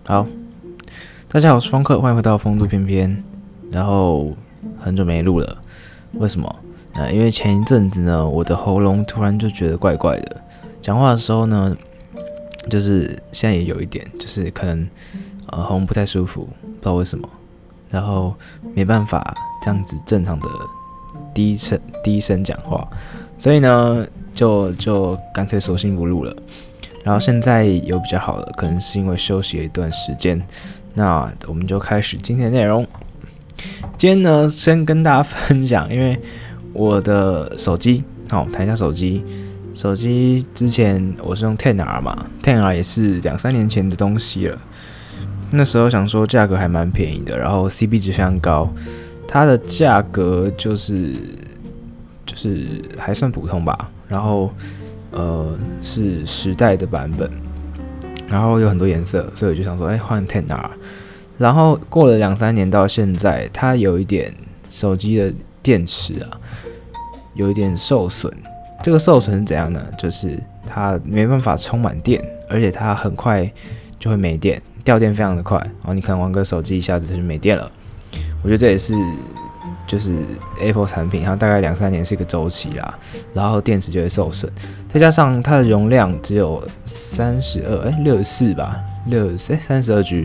好，大家好，我是方克，欢迎回到风度翩翩。然后很久没录了，为什么？因为前一阵子呢，我的喉咙突然就觉得怪怪的，讲话的时候呢，就是现在也有一点，就是可能喉咙不太舒服，不知道为什么，然后没办法这样子正常的低声讲话，所以呢，就干脆索性不录了。然后现在有比较好了，可能是因为休息了一段时间。那我们就开始今天的内容。今天呢，先跟大家分享，因为我的手机，谈一下手机。手机之前我是用 10R 嘛，10R 也是2-3年前的东西了。那时候想说价格还蛮便宜的，然后 CP 值非常高，它的价格就是还算普通吧。然后是10代的版本，然后有很多颜色，所以我就想说，换 10R。然后过了2-3年到现在，它有一点手机的电池有一点受损。这个受损是怎样呢？就是它没办法充满电，而且它很快就会没电，掉电非常的快。然后你可能玩个手机一下子就没电了。我觉得这也是就是 Apple 产品，它大概2-3年是一个周期啦，然后电池就会受损，再加上它的容量只有64吧，32G，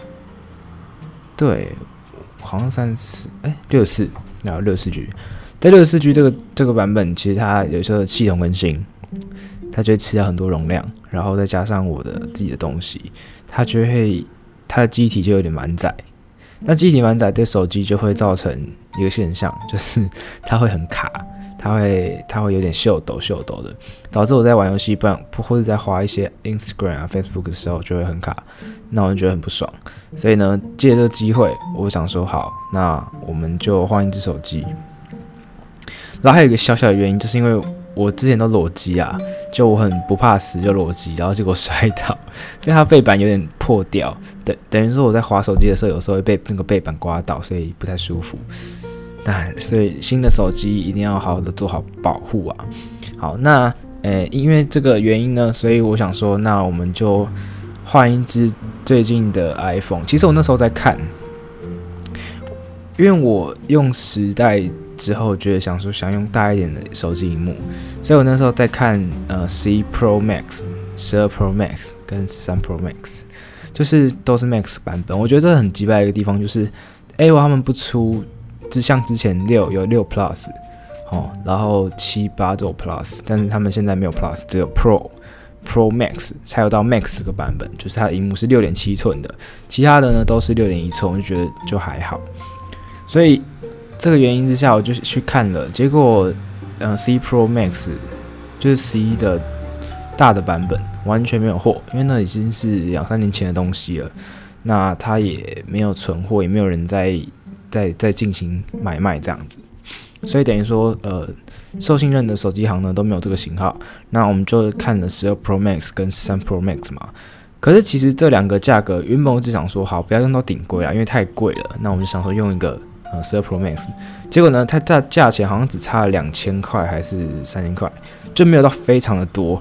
对，好像64，然后64G， 在64G 这个版本，其实它有时候系统更新，它就会吃掉很多容量，然后再加上我的自己的东西，它的机体就有点满载。那机体满载对手机就会造成一个现象，就是它会很卡，它会有点秀抖的，导致我在玩游戏或者在滑一些 Instagram Facebook 的时候就会很卡，那我就觉得很不爽。所以呢，借这个机会，我想说好，那我们就换一只手机。然后还有一个小小的原因，就是因为我之前都裸机就我很不怕死就裸机，然后结果摔倒，所以它背板有点破掉，等于说我在滑手机的时候，有时候会被那个背板刮到，所以不太舒服。所以新的手机一定要好好的做好保护啊。好，那因为这个原因呢，所以我想说，那我们就换一支最近的 iPhone。其实我那时候在看，因为我用10代之后，觉得想用大一点的手机萤幕，所以我那时候在看11 Pro Max、12 Pro Max 跟13 Pro Max， 就是都是 Max 版本。我觉得这很鸡掰的一个地方就是 ，Apple 他们不出，像之前有6 Plus， 然后7、8都有 Plus， 但是他们现在没有 Plus， 只有 Pro Max 才有到 Max 这个版本，就是它的萤幕是6.7寸的，其他的呢都是6.1寸，我就觉得就还好。所以这个原因之下，我就去看了，结果11 Pro Max 就是11的大的版本完全没有货，因为那已经是2-3年前的东西了，那它也没有存货，也没有人在进行买卖这样子，所以等于说受信任的手机行呢都没有这个型号，那我们就看了12 Pro Max 跟13 Pro Max 嘛。可是其实这两个价格，原本我只想说好不要用到顶贵啦，因为太贵了，那我们就想说用一个12 Pro Max， 结果呢它价钱好像只差了2000块还是3000块，就没有到非常的多。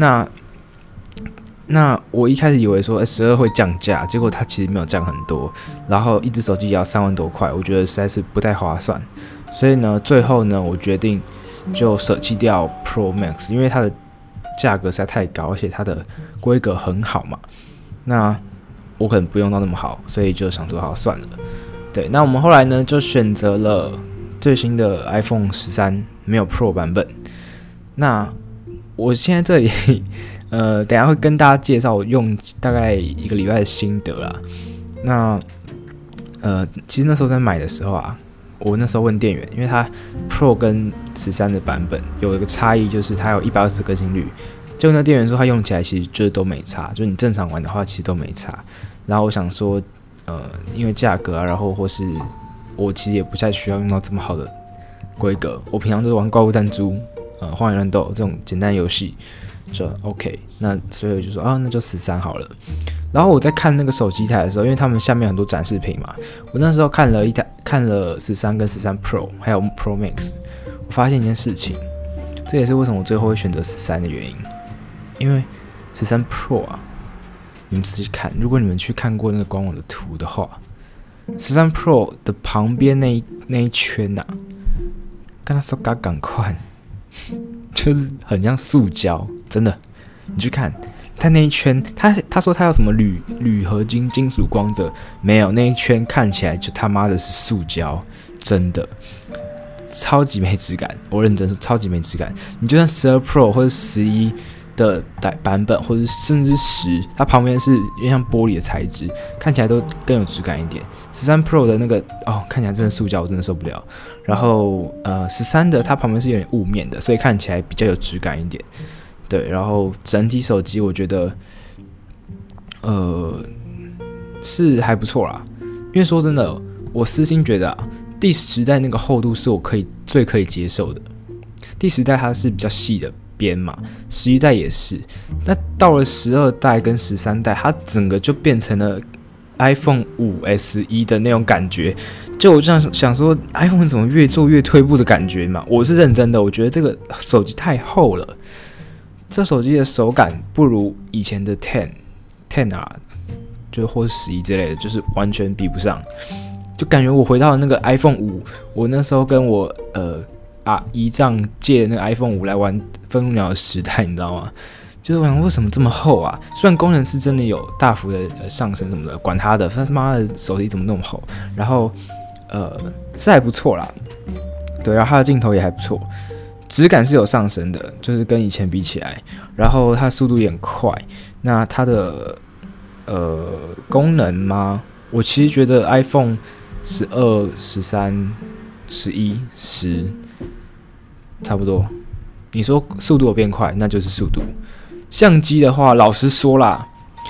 那我一开始以为说12会降价，结果它其实没有降很多，然后一只手机也要3万多块，我觉得实在是不太划算。所以呢，最后呢，我决定就舍弃掉 Pro Max， 因为它的价格实在太高，而且它的规格很好嘛。那我可能不用到那么好，所以就想说好算了。对，那我们后来呢就选择了最新的 iPhone 13，没有 Pro 版本。那我现在这里等一下会跟大家介绍我用大概1个礼拜的心得啦。那其实那时候在买的时候我那时候问店员，因为它 Pro 跟13的版本有一个差异，就是它有120更新率。结果那店员说他用起来其实就是都没差，就是你正常玩的话其实都没差。然后我想说，因为价格然后或是我其实也不太需要用到这么好的规格，我平常都是玩怪物弹珠、荒野乱斗这种简单游戏，就 OK。那所以我就说那就13好了。然后我在看那个手机台的时候，因为他们下面很多展示品嘛，我那时候看了13跟13 Pro 还有 Pro Max， 我发现一件事情，这也是为什么我最后会选择13的原因。因为13 Pro 你们仔细看，如果你们去看过那个官网的图的话，13 Pro 的旁边那一圈呐、跟他说赶快，就是很像塑胶，真的，你去看。它那一圈，他说他要什么铝合金金属光泽，没有，那一圈看起来就他妈的是塑胶，真的超级没质感。我认真说，超级没质感。你就算12 Pro 或者11的版本，或者甚至10，它旁边是有点像玻璃的材质，看起来都更有质感一点。13 Pro 的那个看起来真的塑胶，我真的受不了。然后13的它旁边是有点雾面的，所以看起来比较有质感一点。对，然后整体手机我觉得，是还不错啦。因为说真的，我私心觉得第10代那个厚度是我最可以接受的。第10代它是比较细的边嘛，11代也是。那到了12代跟13代，它整个就变成了 iPhone 5 SE 的那种感觉。就我这样想说 ，iPhone 怎么越做越退步的感觉嘛？我是认真的，我觉得这个手机太厚了。这手机的手感不如以前的 10R， 就或是11之类的，就是完全比不上。就感觉我回到了那个 iPhone 5，我那时候跟我姨丈借那个 iPhone 5来玩愤怒鸟的时代，你知道吗？就是我想为什么这么厚啊？虽然功能是真的有大幅的上升什么的，管他的，他妈的手机怎么那么厚？然后是还不错啦，对，然后它的镜头也还不错。质感是有上升的，就是跟以前比起来，然后它速度也很快。那它的功能吗？我其实觉得 iPhone 12、13、11、10差不多。你说速度有变快，那就是速度。相机的话，老实说啦，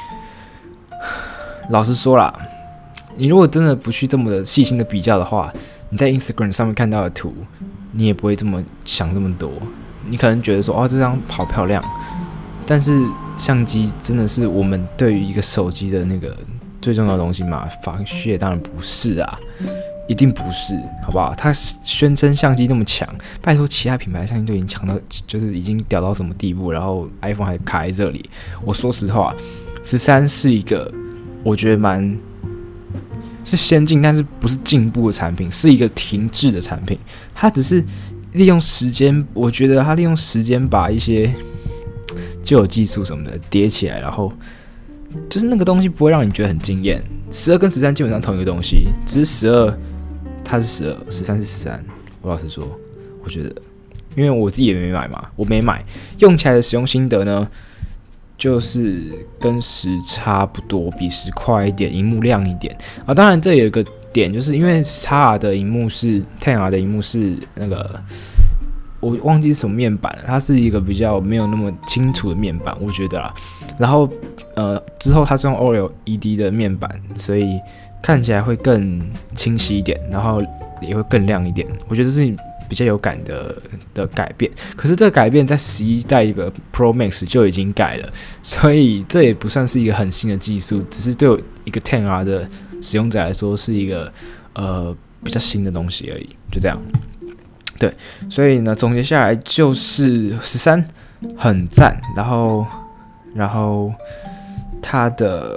你如果真的不去这么的细心的比较的话，你在 Instagram 上面看到的图，你也不会这么想这么多。你可能觉得说，这张好漂亮，但是相机真的是我们对于一个手机的那个最重要的东西嘛？防血当然不是啊，一定不是，好不好？他宣称相机那么强，拜托，其他品牌相机都已经强到，就是已经屌到什么地步，然后 iPhone 还卡在这里。我说实话，13是一个我觉得是先进，但是不是进步的产品，是一个停滞的产品。它只是利用时间，我觉得它利用时间把一些旧有技术什么的叠起来，然后就是那个东西不会让你觉得很惊艳。12跟13基本上同一个东西，只是12它是12，13是13。我老实说，我觉得，因为我自己也没买嘛，我没买，用起来的使用心得呢，就是跟10差不多，比10快一点，萤幕亮一点啊。当然，这有一个点，就是因为 XR 的萤幕是 10R 的萤幕是那个我忘记是什么面板了，它是一个比较没有那么清楚的面板，我觉得啦。然后之后它是用 OLED 的面板，所以看起来会更清晰一点，然后也会更亮一点。我觉得这是比较有感的改变。可是这个改变在11代的 Pro Max 就已经改了，所以这也不算是一个很新的技术，只是对我一个 10R 的使用者来说是一个比较新的东西而已，就这样。对，所以呢，总结下来就是13很赞，然后它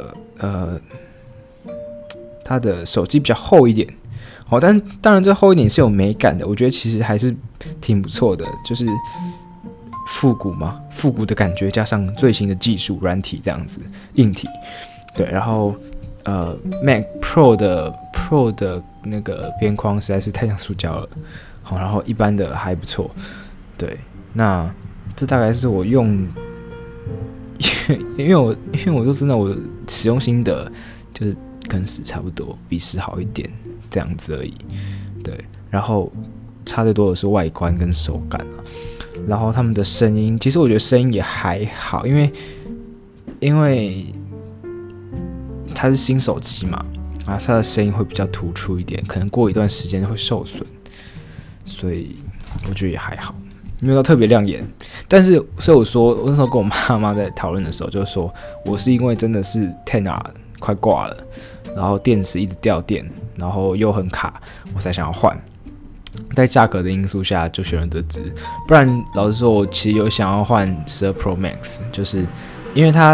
的手机比较厚一点，但当然这厚一点是有美感的，我觉得其实还是挺不错的，就是复古嘛，复古的感觉加上最新的技术软体这样子，硬体，对，然后Mac Pro 的那个边框实在是太像塑胶了。好，然后一般的还不错，对，那这大概是我用，因为我就真的我使用心得就是跟10差不多，比10好一点这样子而已，对，然后差最多的是外观跟手感啊，然后他们的声音，其实我觉得声音也还好，因为它是新手机嘛，它的声音会比较突出一点，可能过一段时间会受损。所以我觉得也还好，没有到特别亮眼。但是，所以我那时候跟我妈妈在讨论的时候，就说我是因为真的是 10R 快挂了，然后电池一直掉电，然后又很卡，我才想要换。在价格的因素下，就选了这支。不然，老实说，我其实有想要换12 Pro Max，就是因为它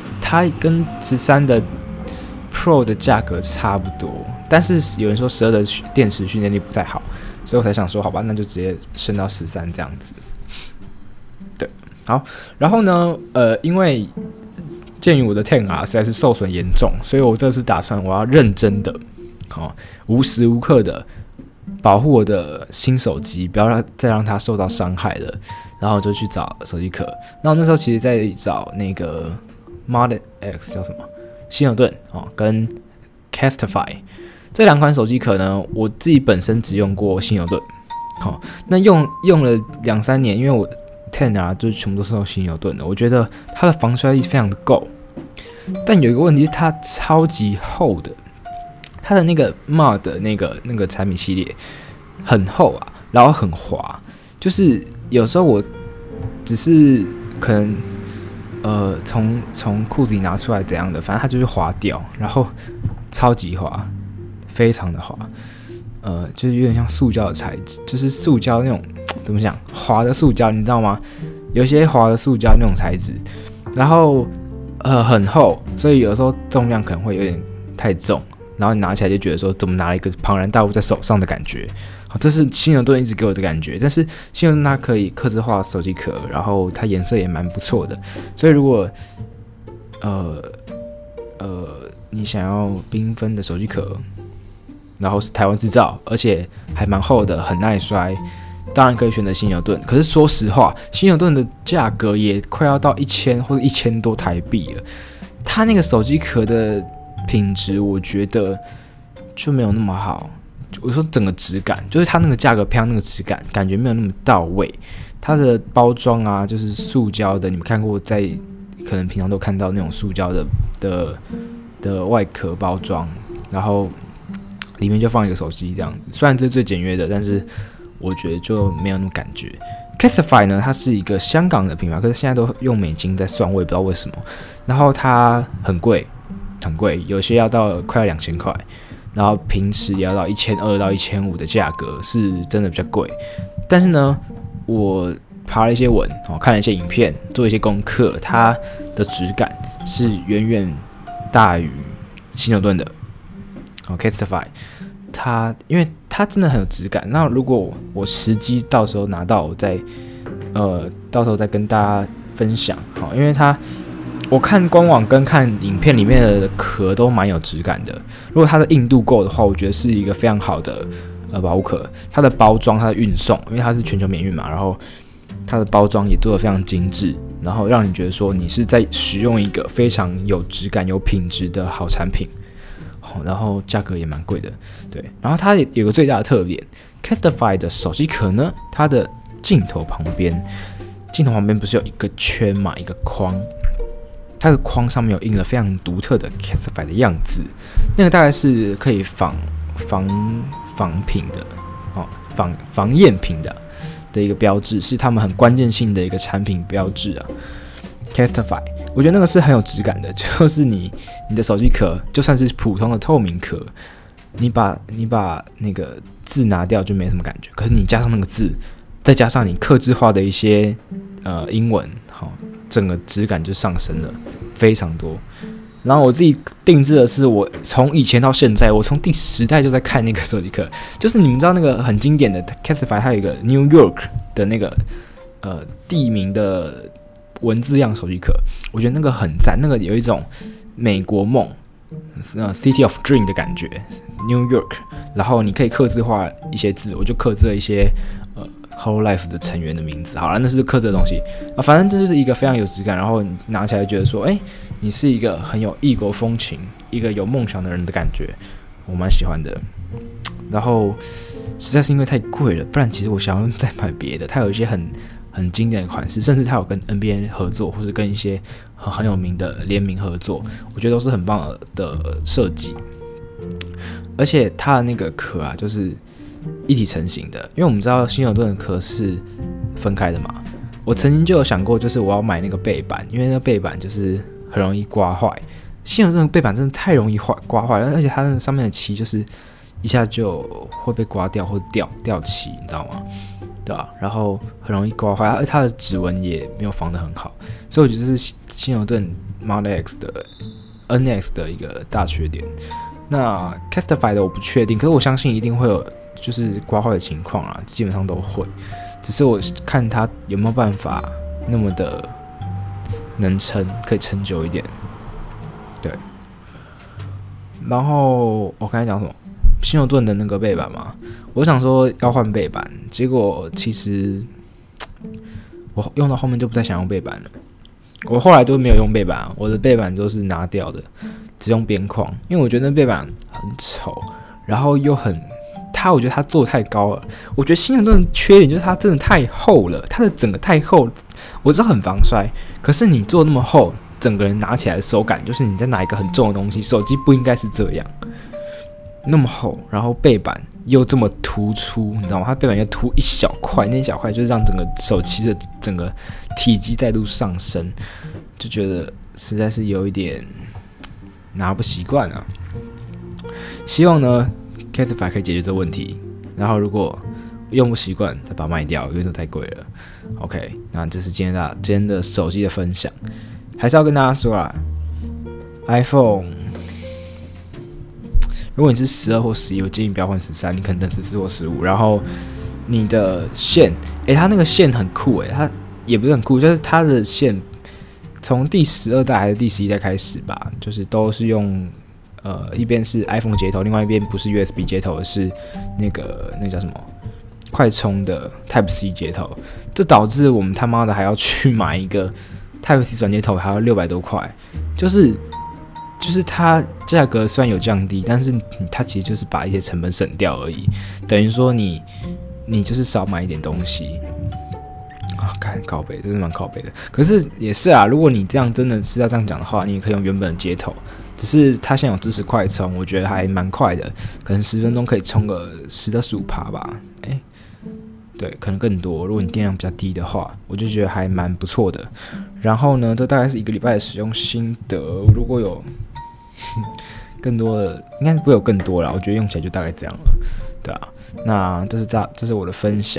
它跟13的 Pro 的价格差不多，但是有人说12的电池蓄电力不太好，所以我才想说，好吧，那就直接升到13这样子。对，好，然后呢，因为鉴于我的 10R 实在是受损严重，所以我这次打算我要认真的，无时无刻的保护我的新手机，不要再让它受到伤害了。然后就去找手机壳。那我那时候其实在找那个 Model X 叫什么希尔顿跟 Castify 这2款手机壳呢，我自己本身只用过希尔顿，那用了2-3年，因为我 10R 就是全部都是用希尔顿的，我觉得它的防摔力非常的够。但有一个问题是它超级厚的，它的那个 Mod 的那个产品系列很厚啊，然后很滑，就是有时候我只是可能从裤子里拿出来怎样的，反正它就是滑掉，然后超级滑，非常的滑，就是有点像塑胶的材质，就是塑胶那种怎么讲滑的塑胶，你知道吗？有些滑的塑胶那种材质，然后很厚，所以有时候重量可能会有点太重，然后你拿起来就觉得说怎么拿了一个庞然大物在手上的感觉。这是希尔顿一直给我的感觉，但是希尔顿它可以客制化手机壳，然后它颜色也蛮不错的，所以如果你想要缤纷的手机壳，然后是台湾制造，而且还蛮厚的，很耐摔，当然可以选择希尔顿。可是说实话，希尔顿的价格也快要到1000或者1000多台币了，它那个手机壳的品质，我觉得就没有那么好。我说整个质感，就是它那个价格配上那个质感，感觉没有那么到位。它的包装啊，就是塑胶的，你们看过在可能平常都看到那种塑胶的外壳包装，然后里面就放一个手机这样子。虽然这是最简约的，但是我觉得就没有那种感觉。Castify 呢，它是一个香港的品牌，可是现在都用美金在算，我也不知道为什么。然后它很贵，很贵，有些要到快要2000块。然后平时也要到1200到1500的价格，是真的比较贵。但是呢，我爬了一些文，看了一些影片，做一些功课，它的质感是远远大于希尔顿的。Castify， 因为它真的很有质感。那如果我实际到时候拿到，我再到时候再跟大家分享。因为我看官网跟看影片里面的壳都蛮有质感的。如果它的硬度够的话，我觉得是一个非常好的保护壳。它的包装、它的运送，因为它是全球免运嘛，然后它的包装也做得非常精致，然后让你觉得说你是在使用一个非常有质感、有品质的好产品。然后价格也蛮贵的，对。然后它有个最大的特点 ，Castify 的手机壳呢，它的镜头旁边不是有一个圈嘛，一个框。它的框上面有印了非常独特的 Castify 的样子，那个大概是可以仿品的仿赝品的一个标志，是他们很关键性的一个产品标志啊。Castify， 我觉得那个是很有质感的，就是你的手机壳就算是普通的透明壳，你把那个字拿掉就没什么感觉，可是你加上那个字，再加上你客制化的一些英文，整个质感就上升了非常多。然后我自己定制的是，我从以前到现在，我从第10代就在看那个手机壳，就是你们知道那个很经典的 Castify， 它有一个 New York 的那个地名的文字样手机壳，我觉得那个很赞，那个有一种美国梦City of Dream 的感觉 ，New York。然后你可以客制化一些字，我就客制了一些Hololive 的成员的名字，好了，那是客制的东西反正这就是一个非常有质感，然后你拿起来觉得说，你是一个很有异国风情、一个有梦想的人的感觉，我蛮喜欢的。然后实在是因为太贵了，不然其实我想要再买别的。它有一些很经典的款式，甚至它有跟 NBA 合作，或者跟一些很有名的联名合作，我觉得都是很棒的设计。而且它的那个壳啊，就是一体成型的，因为我们知道希尔顿的壳是分开的嘛。我曾经就有想过，就是我要买那个背板，因为那个背板就是很容易刮坏。希尔顿的背板真的太容易刮坏了，而且它那上面的漆就是一下就会被刮掉或者掉漆，你知道吗？ 对吧？然后很容易刮坏，而它的指纹也没有防得很好，所以我觉得这是犀牛盾 Model X 的 NX 的一个大缺点。那 Castify 的我不确定，可是我相信一定会有就是刮坏的情况啦，基本上都会。只是我看它有没有办法那么的能撑，可以撑久一点。对。然后我刚才讲什么？犀牛盾的那个背板嘛，我想说要换背板，结果其实我用到后面就不太想用背板了。我后来都没有用背板，我的背板都是拿掉的，只用边框，因为我觉得那背板很丑，然后又很我觉得它做的太高了。我觉得犀牛盾的缺点就是它真的太厚了，它的整个太厚了。我知道很防摔，可是你做那么厚，整个人拿起来的手感就是你在拿一个很重的东西，手机不应该是这样。那么厚，然后背板又这么突出，你知道吗？它背板又凸一小块，那一小块就是让整个手机的整个体积再度上升，就觉得实在是有一点拿不习惯啊。希望呢 Castify 可以解决这个问题，然后如果用不习惯，再把它卖掉，因为这太贵了。OK， 那这是今天的手机的分享，还是要跟大家说啦 ，iPhone。如果你是12或11，我建议不要换13，你可能等14或15。然后你的线，它那个线很酷它也不是很酷，就是它的线从第12代还是第11代开始吧，就是都是用一边是 iPhone 接头，另外一边不是 USB 接头，而是那叫什么快充的 Type C 接头。这导致我们他妈的还要去买一个 Type C 转接头，还要600多块，就是它价格虽然有降低，但是它其实就是把一些成本省掉而已，等于说你就是少买一点东西啊，看靠北，真的蛮靠北的。可是也是啊，如果你这样真的是要这样讲的话，你也可以用原本的接头，只是它现在有支持快充，我觉得还蛮快的，可能10分钟可以充个10到15%吧，对，可能更多。如果你电量比较低的话，我就觉得还蛮不错的。然后呢，这大概是1个礼拜的使用心得，如果有更多的，应该不会有更多啦，我觉得用起来就大概这样了，对啊。那这是我的分享。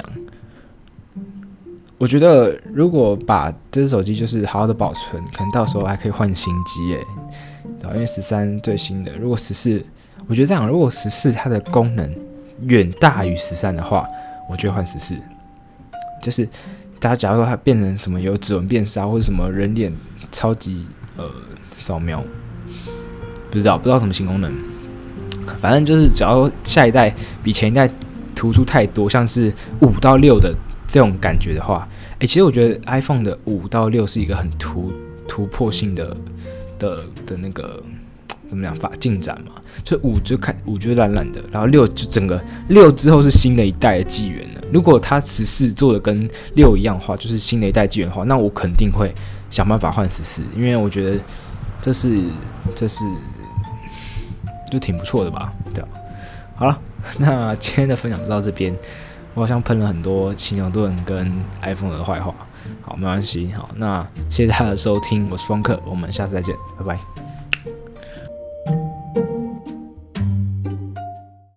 我觉得如果把这只手机就是好好的保存，可能到时候还可以换新机对吧？因为13最新的，如果14，我觉得这样，如果14它的功能远大于13的话，我就会换14。就是大家假如说它变成什么有指纹辨识或者什么人脸超级扫描。不知道什么新功能，反正就是只要下一代比前一代突出太多，像是5到6的这种感觉的话，其实我觉得 iPhone 的5到6是一个很突破性的那个怎么讲法进展嘛，所以5就烂烂的，然后6就整个6之后是新的一代的纪元了。如果它14做的跟6一样的话，就是新的一代纪元的话，那我肯定会想办法换14，因为我觉得这是就挺不错的吧，对啊。好了，那今天的分享就到这边。我好像喷了很多犀牛盾跟 iPhone 的坏话，好，没关系，好，那谢谢大家的收听，我是风客，我们下次再见，拜拜。